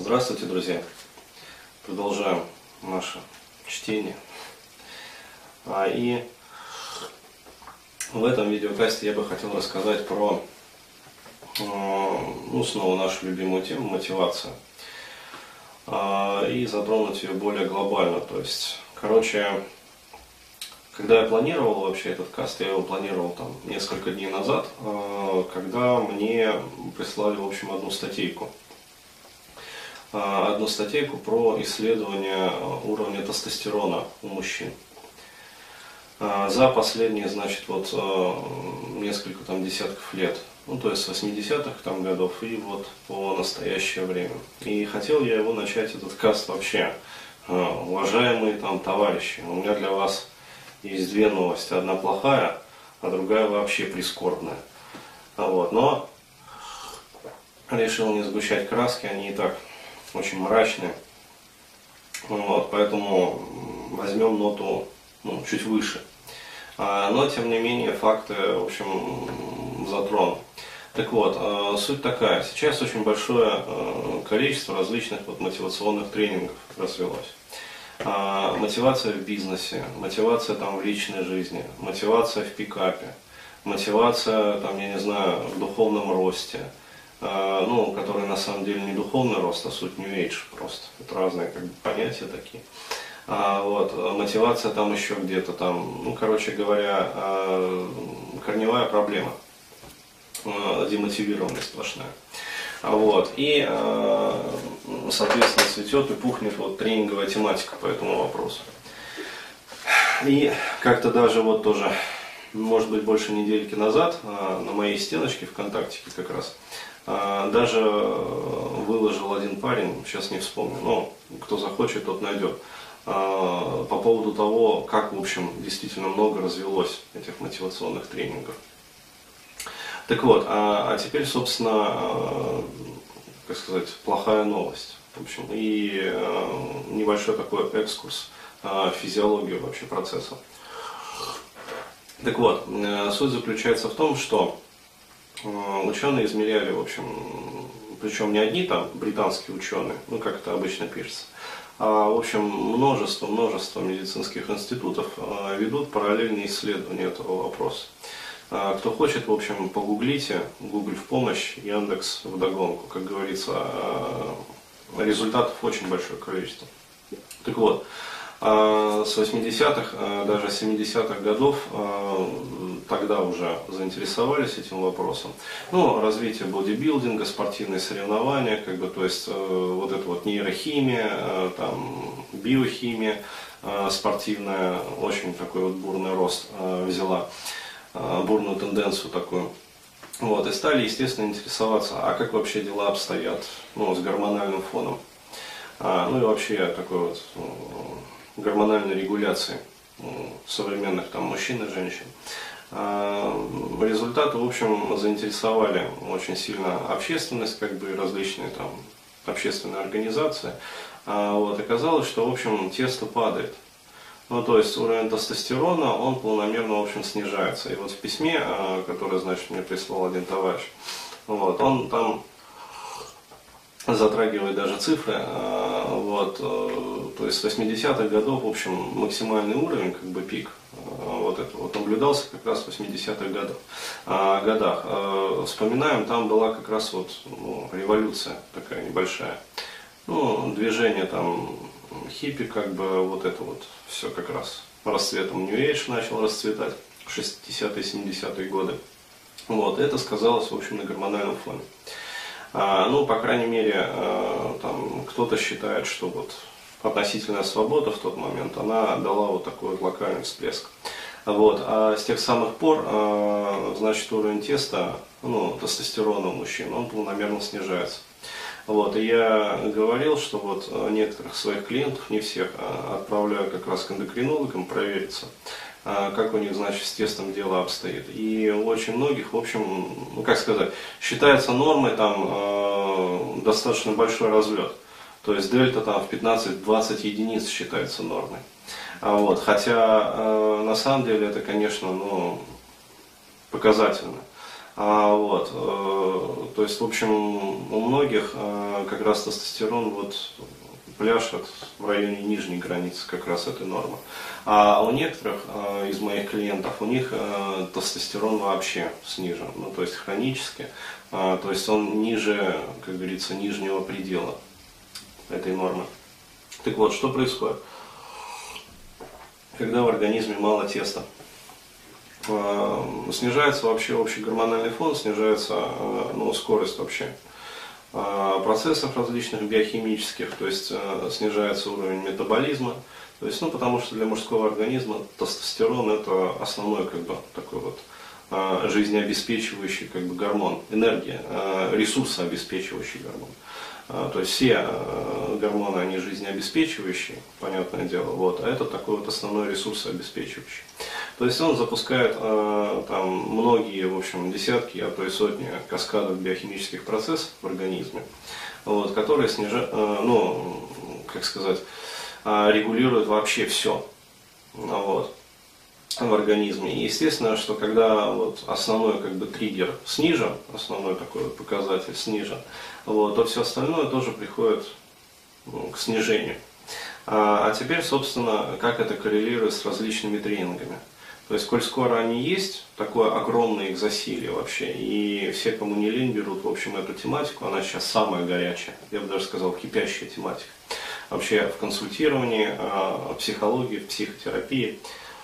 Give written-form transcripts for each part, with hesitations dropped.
Здравствуйте, друзья! Продолжаем наше чтение. И в этом видеокасте я бы хотел рассказать про, снова нашу любимую тему мотивация. И затронуть ее более глобально. То есть, когда я планировал вообще этот каст, я его планировал там несколько дней назад, когда мне прислали, в общем, одну статейку про исследование уровня тестостерона у мужчин. За последние, несколько там десятков лет, то есть с 80-х годов и вот по настоящее время. И хотел я его начать, этот каст, вообще, уважаемые товарищи, у меня для вас есть две новости, одна плохая, а другая вообще прискорбная. Но решил не сгущать краски, они и так очень мрачные, поэтому возьмем ноту чуть выше. Но тем не менее факты, в общем, затрону. Так вот, суть такая, сейчас очень большое количество различных мотивационных тренингов развелось. Мотивация в бизнесе, мотивация в личной жизни, мотивация в пикапе, мотивация в духовном росте, который на самом деле не духовный рост, а суть New Age просто. Это разные понятия такие. Мотивация еще где-то корневая проблема, демотивированность сплошная. И, соответственно, цветет и пухнет тренинговая тематика по этому вопросу. И как-то даже тоже, может быть, больше недельки назад на моей стеночке ВКонтактике как раз даже выложил один парень, сейчас не вспомню, но кто захочет, тот найдет, по поводу того, как, в общем, действительно много развелось этих мотивационных тренингов. Так вот, а теперь, собственно, плохая новость. В общем, и небольшой такой экскурс в физиологию вообще процесса. Так вот, суть заключается в том, что ученые измеряли, в общем, причем не одни британские ученые, как это обычно пишется, а, в общем, множество медицинских институтов ведут параллельные исследования этого вопроса. Кто хочет, в общем, погуглите, Google в помощь, Яндекс вдогонку, как говорится, результатов очень большое количество. Так вот, с 80-х, даже 70-х годов тогда уже заинтересовались этим вопросом. Развитие бодибилдинга, спортивные соревнования, то есть нейрохимия, биохимия спортивная, очень такой бурный рост взяла, бурную тенденцию такую. И стали, естественно, интересоваться, а как вообще дела обстоят с гормональным фоном. И вообще такой гормональной регуляции современных мужчин и женщин. Результаты, в общем, заинтересовали очень сильно общественность, и различные общественные организации. Оказалось, что, в общем, тесто падает. То есть уровень тестостерона, он планомерно, в общем, снижается. И в письме, которое, мне прислал один товарищ, он там затрагивает даже цифры, то есть с 80-х годов, в общем, максимальный уровень, пик, наблюдался как раз в 80-х годах. Вспоминаем, там была как раз революция такая небольшая, движение хиппи, все как раз расцветом New Age начал расцветать в 60-е, 70-е годы. Это сказалось, в общем, на гормональном фоне. По крайней мере, кто-то считает, что относительная свобода в тот момент, она дала такой локальный всплеск. А с тех самых пор, уровень тестостерона у мужчин, он планомерно снижается. И я говорил, что некоторых своих клиентов, не всех, отправляю как раз к эндокринологам провериться, как у них, с тестом дело обстоит. И у очень многих, в общем, считается нормой достаточно большой разлет. То есть дельта в 15-20 единиц считается нормой. Хотя на самом деле это, конечно, показательно. То есть, в общем, у многих как раз тестостерон вот пляшет в районе нижней границы как раз этой нормы. А у некоторых из моих клиентов, у них тестостерон вообще снижен, ну то есть хронически, то есть он ниже, как говорится, нижнего предела этой нормы. Так вот, что происходит? Когда в организме мало теста, снижается вообще общий гормональный фон, снижается скорость вообще процессов различных биохимических, то есть снижается уровень метаболизма, то есть, потому что для мужского организма тестостерон это основной такой жизнеобеспечивающий гормон, энергия, ресурсообеспечивающий гормон. То есть все гормоны, они жизнеобеспечивающие, понятное дело, а это такой основной ресурсообеспечивающий. То есть он запускает многие, в общем, десятки, а то и сотни каскадов биохимических процессов в организме, которые регулируют вообще все в организме. И естественно, что когда основной триггер снижен, основной такой показатель снижен, то все остальное тоже приходит к снижению. А теперь, собственно, как это коррелирует с различными тренингами. То есть, коль скоро они есть, такое огромное их засилие вообще, и все, кому не лень, берут, в общем, эту тематику, она сейчас самая горячая, я бы даже сказал, кипящая тематика. Вообще в консультировании, в психологии, в психотерапии.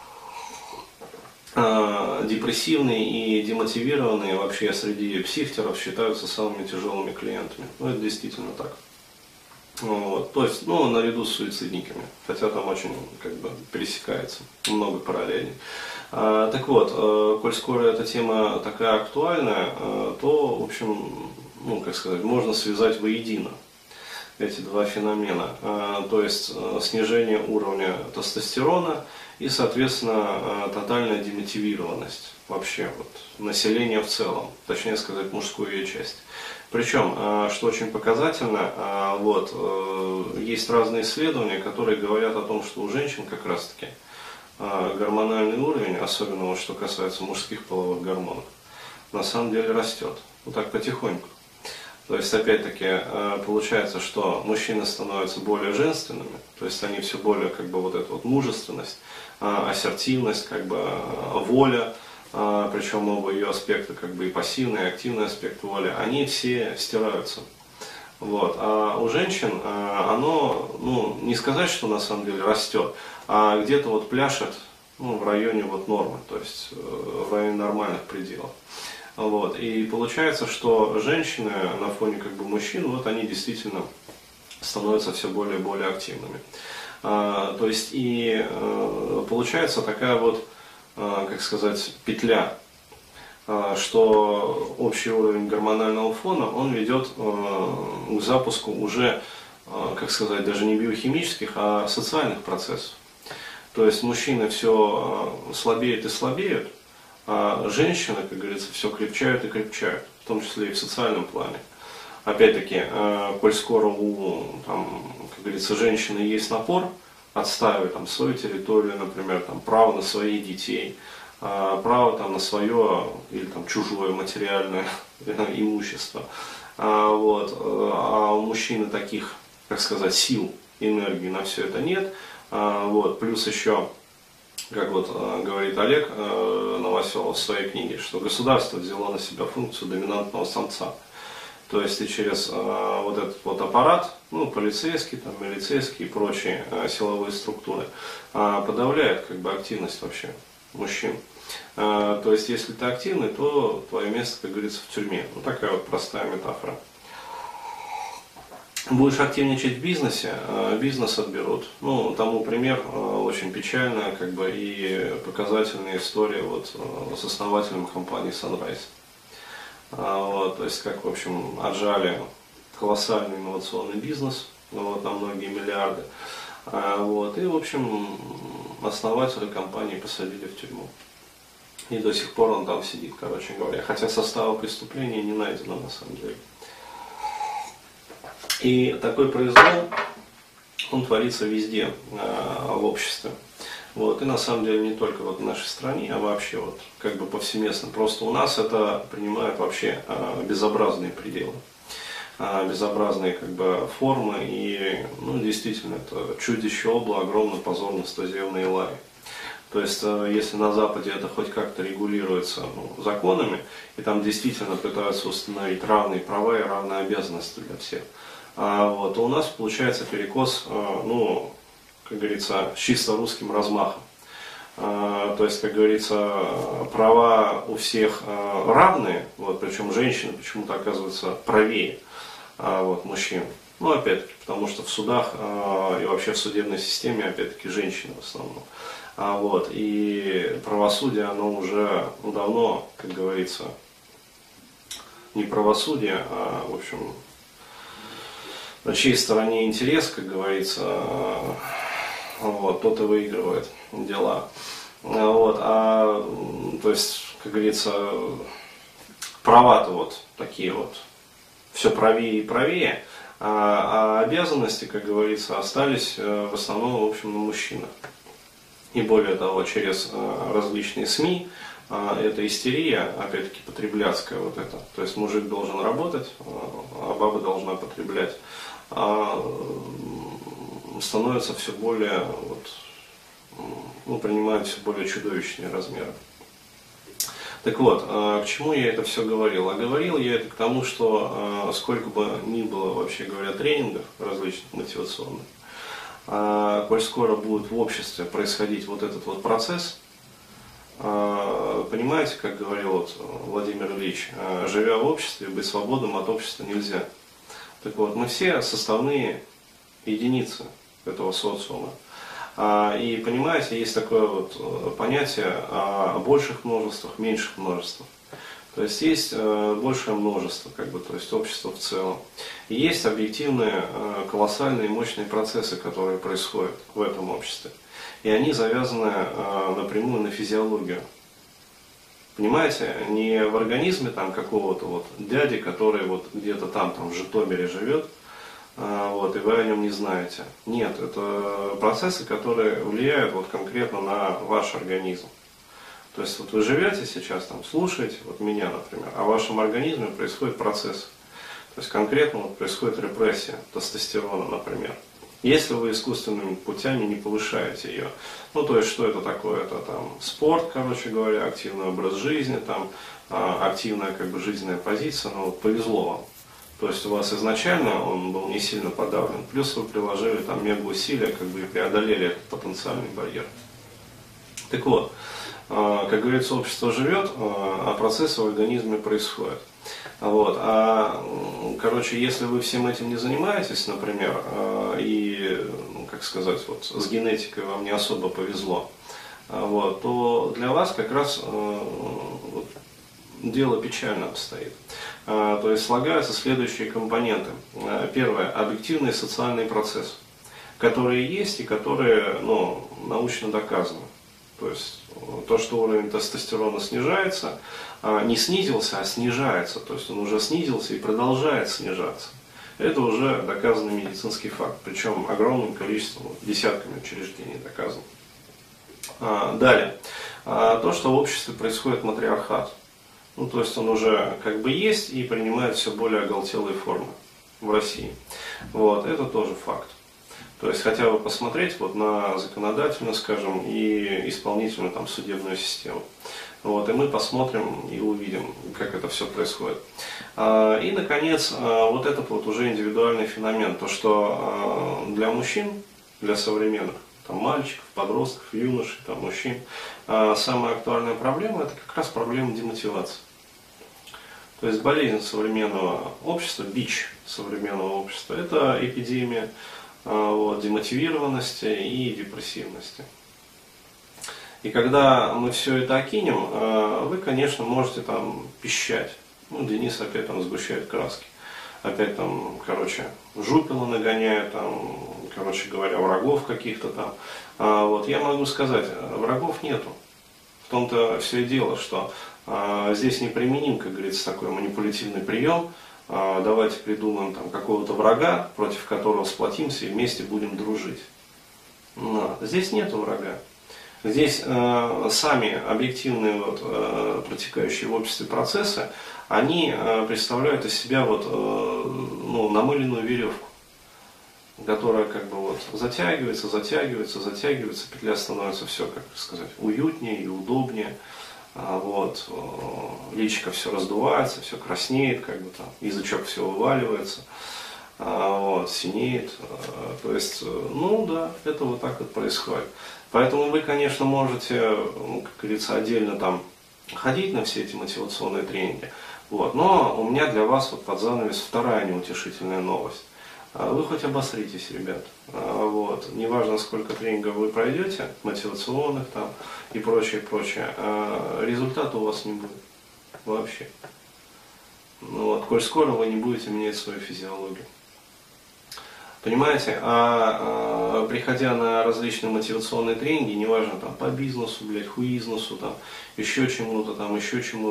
Депрессивные и демотивированные вообще среди психотерапевтов считаются самыми тяжелыми клиентами. Это действительно так. То есть, наряду с суицидниками, хотя там очень пересекается, много параллелей. Так вот, коль скоро эта тема такая актуальная, то, в общем, можно связать воедино эти два феномена. То есть, снижение уровня тестостерона и, соответственно, тотальная демотивированность вообще населения в целом, точнее сказать, мужскую ее часть. Причем, что очень показательно, есть разные исследования, которые говорят о том, что у женщин как раз-таки гормональный уровень, особенно что касается мужских половых гормонов, на самом деле растет. Так потихоньку. То есть, опять-таки, получается, что мужчины становятся более женственными, то есть они все более мужественность, ассертивность, воля, причем оба ее аспекта, и пассивный, и активный аспект воли, они все стираются. А у женщин оно, не сказать, что на самом деле растет, а где-то пляшет в районе нормы, то есть в районе нормальных пределов. И получается, что женщины на фоне мужчин, они действительно становятся все более и более активными. То есть и получается такая петля, что общий уровень гормонального фона, он ведет к запуску уже, даже не биохимических, а социальных процессов. То есть мужчины все слабеют и слабеют, а женщины, как говорится, все крепчают и крепчают, в том числе и в социальном плане. Опять-таки, коль скоро у, как говорится, женщины есть напор, отстаивать свою территорию, например, право на своих детей, право на свое или чужое материальное имущество. А у мужчины таких, сил, энергии на все это нет. Плюс еще, как говорит Олег Новоселов в своей книге, что государство взяло на себя функцию доминантного самца. То есть и через этот аппарат, полицейский, милицейский и прочие силовые структуры, подавляет активность вообще мужчин. То есть если ты активный, то твое место, как говорится, в тюрьме. Такая простая метафора. Будешь активничать в бизнесе, бизнес отберут. Тому пример очень печальная, и показательная история с основателем компании Sunrise. То есть, в общем, отжали колоссальный инновационный бизнес, на многие миллиарды. И, в общем, основателя компании посадили в тюрьму. И до сих пор он там сидит, короче говоря. Хотя состава преступления не найдено на самом деле. И такой произвол, он творится везде в обществе. Вот, и на самом деле не только вот в нашей стране, а вообще вот как бы повсеместно. Просто у нас это принимает вообще безобразные пределы, безобразные как бы формы, и ну, действительно это чудище обла, огромный позор на стоземной лаи. То есть, если на Западе это хоть как-то регулируется законами, и там действительно пытаются установить равные права и равные обязанности для всех, вот, то у нас получается перекос, ну, как говорится, с чисто русским размахом. То есть, как говорится, права у всех равные, вот, причем женщины почему-то оказываются правее вот, мужчин. Ну, опять-таки, потому что в судах и вообще в судебной системе, опять-таки, женщины в основном. Вот, и правосудие, оно уже давно, как говорится, не правосудие, а, в общем, на чьей стороне интерес, как говорится, вот, тот и выигрывает дела. Вот, то есть, как говорится, права-то вот такие вот, все правее и правее, а обязанности, как говорится, остались в основном, в общем, на мужчинах. И более того, через различные СМИ, это истерия, опять-таки, потребляцкая вот это. То есть мужик должен работать, а баба должна потреблять. Становится все более, вот, ну, принимает все более чудовищные размеры. Так вот, к чему я это все говорил? А говорил я это к тому, что сколько бы ни было, вообще говоря, тренингов различных мотивационных, коль скоро будет в обществе происходить вот этот вот процесс, понимаете, как говорил вот Владимир Ильич, живя в обществе, быть свободным от общества нельзя. Так вот, мы все составные единицы этого социума. И понимаете, есть такое вот понятие о больших множествах, меньших множествах. То есть есть большее множество, как бы, то есть общество в целом. И есть объективные, колоссальные, мощные процессы, которые происходят в этом обществе. И они завязаны напрямую на физиологию. Понимаете, не в организме там какого-то вот дяди, который вот где-то там в Житомире живет, вот, и вы о нем не знаете. Нет, это процессы, которые влияют вот конкретно на ваш организм. То есть вот вы живете сейчас, там, слушаете, вот меня, например, а в вашем организме происходит процесс. То есть конкретно вот происходит репрессия тестостерона, например. Если вы искусственными путями не повышаете ее. Ну, то есть, что это такое? Это там спорт, короче говоря, активный образ жизни, там, активная как бы жизненная позиция, но вот повезло вам. То есть у вас изначально он был не сильно подавлен, плюс вы приложили там мега усилия, как бы и преодолели этот потенциальный барьер. Так вот, как говорится, общество живет, а процессы в организме происходят. Вот. Короче, если вы всем этим не занимаетесь, например, и, как сказать, вот, с генетикой вам не особо повезло, вот, то для вас как раз вот, дело печально обстоит. То есть слагаются следующие компоненты. Первое – объективный социальный процесс, которые есть и которые, ну, научно доказаны. То есть то, что уровень тестостерона снижается, не снизился, а снижается. То есть он уже снизился и продолжает снижаться. Это уже доказанный медицинский факт. Причем огромным количеством, десятками учреждений доказано. Далее. То, что в обществе происходит матриархат. Ну, то есть он уже как бы есть и принимает все более оголтелые формы в России. Вот, это тоже факт. То есть хотя бы посмотреть вот на законодательную, скажем, и исполнительную там, судебную систему. Вот, и мы посмотрим и увидим, как это все происходит. И, наконец, вот этот вот уже индивидуальный феномен, то, что для мужчин, для современных, там, мальчиков, подростков, юношей, там, мужчин, самая актуальная проблема – это как раз проблема демотивации. То есть болезнь современного общества, бич современного общества – это эпидемия вот, демотивированности и депрессивности. И когда мы все это окинем, вы, конечно, можете там пищать. Ну, Денис опять там сгущает краски. Опять там, короче, жупила нагоняет, там, короче говоря, врагов каких-то там. Вот, я могу сказать, врагов нету. В том-то все и дело, что здесь не применим, как говорится, такой манипулятивный прием. Давайте придумаем там какого-то врага, против которого сплотимся и вместе будем дружить. Но здесь нету врага. Здесь сами объективные вот, протекающие в обществе процессы, они представляют из себя вот, ну, намыленную веревку, которая как бы вот затягивается, затягивается, затягивается, петля становится все, как сказать, уютнее и удобнее. Вот, личико все раздувается, все краснеет, как бы там, язычок все вываливается, вот, синеет. То есть, ну да, это вот так вот происходит. Поэтому вы, конечно, можете, ну, как говорится, отдельно там ходить на все эти мотивационные тренинги. Вот, но у меня для вас вот под занавес вторая неутешительная новость. Вы хоть обосритесь, ребят. Вот. Неважно, сколько тренингов вы пройдете, мотивационных там и прочее, прочее, результата у вас не будет. Вообще. Ну, вот, коль скоро вы не будете менять свою физиологию. Понимаете, приходя на различные мотивационные тренинги, неважно там по бизнесу, блядь, хуизнесу, там, еще чему-то там,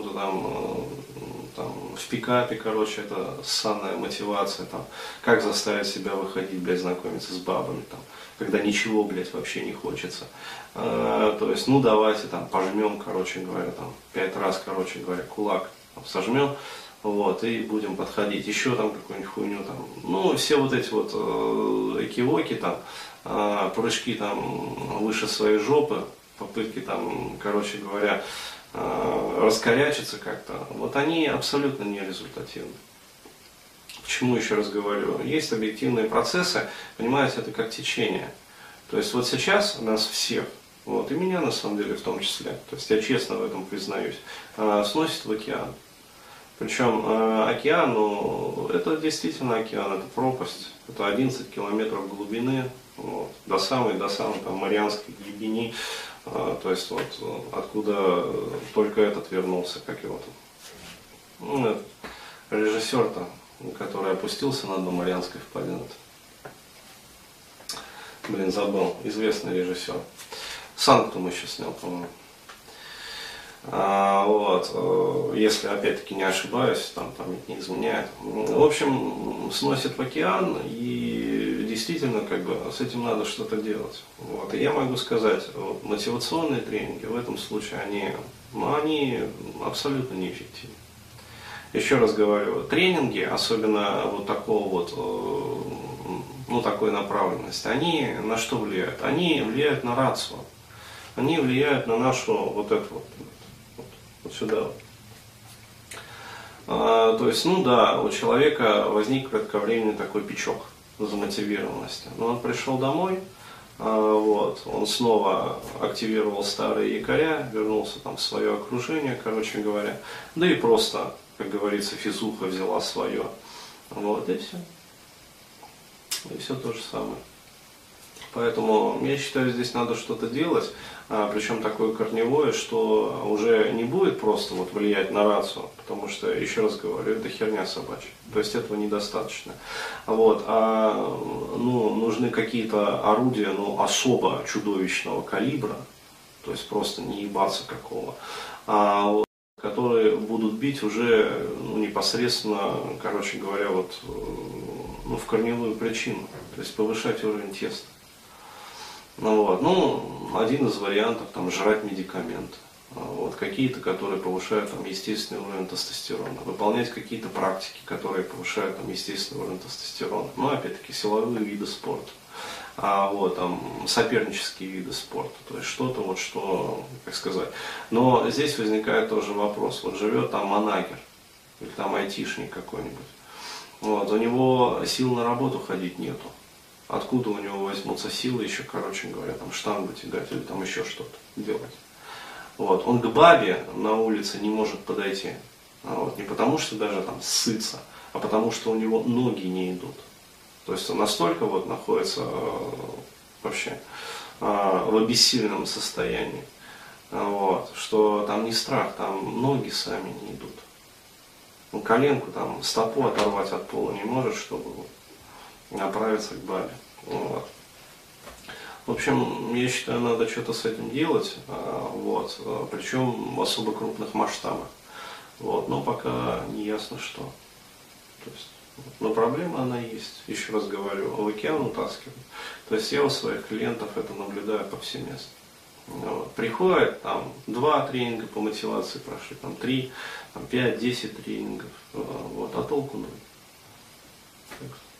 там, в пикапе, короче, это ссаная мотивация, там, как заставить себя выходить, блядь, знакомиться с бабами, там, когда ничего, блядь, вообще не хочется. То есть, ну давайте там пожмем, короче говоря, там, 5 раз, короче говоря, кулак там, сожмем. Вот, и будем подходить, еще там какую-нибудь хуйню там, ну, все вот эти вот экивоки там, прыжки там выше своей жопы, попытки там, короче говоря, раскорячиться как-то, вот они абсолютно нерезультативны. Почему еще раз говорю? Есть объективные процессы, понимаете, это как течение. То есть вот сейчас нас всех, вот, и меня на самом деле в том числе, то есть я честно в этом признаюсь, сносит в океан. Причем океан, ну, это действительно океан, это пропасть, это 11 километров глубины, вот, до самой там, Марианской глубины, то есть вот откуда только этот вернулся, как его там, ну, режиссер-то, который опустился на дно Марианской впадины. Блин, забыл, известный режиссер. Санктум еще снял, по-моему. Вот, если опять-таки не ошибаюсь, там память не изменяет. В общем, сносит в океан, и действительно, как бы, с этим надо что-то делать. Вот. И я могу сказать, вот, мотивационные тренинги в этом случае, они абсолютно неэффективны. Еще раз говорю, тренинги, особенно вот такого вот, ну, такой направленности, они на что влияют? Они влияют на рацио. Они влияют на нашу вот эту вот сюда. То есть, ну да, у человека возник кратковременный такой пичок замотивированности. Но он пришел домой, вот, он снова активировал старые якоря, вернулся там в свое окружение, короче говоря, да и просто, как говорится, физуха взяла свое. Вот, и все. И все то же самое. Поэтому я считаю, здесь надо что-то делать, причем такое корневое, что уже не будет просто вот влиять на рацию, потому что, еще раз говорю, это херня собачья, то есть этого недостаточно. Вот, ну, нужны какие-то орудия, ну, особо чудовищного калибра, то есть просто не ебаться какого, вот, которые будут бить уже, ну, непосредственно, короче говоря, вот, ну, в корневую причину, то есть повышать уровень теста. Ну, вот. Ну, один из вариантов, там, жрать медикаменты. Вот, какие-то, которые повышают там, естественный уровень тестостерона. Выполнять какие-то практики, которые повышают там, естественный уровень тестостерона. Ну, опять-таки, силовые виды спорта. Вот, там, сопернические виды спорта. То есть что-то, вот, что, как сказать. Но здесь возникает тоже вопрос. Вот живет там манагер, или там айтишник какой-нибудь. Вот, у него сил на работу ходить нету. Откуда у него возьмутся силы еще, короче говоря, там штангу тягать или там еще что-то делать. Вот. Он к бабе на улице не может подойти. Вот. Не потому что даже там ссыться, а потому что у него ноги не идут. То есть он настолько вот находится вообще в обессиленном состоянии, вот, что там не страх, там ноги сами не идут. Ну, коленку, там, стопу оторвать от пола не может, чтобы вот, направиться к бабе. Вот. В общем, я считаю, надо что-то с этим делать, вот, причем в особо крупных масштабах. Вот, но пока не ясно что. То есть, но проблема она есть, еще раз говорю, в океан утаскивают. То есть я у своих клиентов это наблюдаю повсеместно. Вот. Приходят, там 2 тренинга по мотивации прошли, там 3, там 5, 10 тренингов, вот, а толку ноль.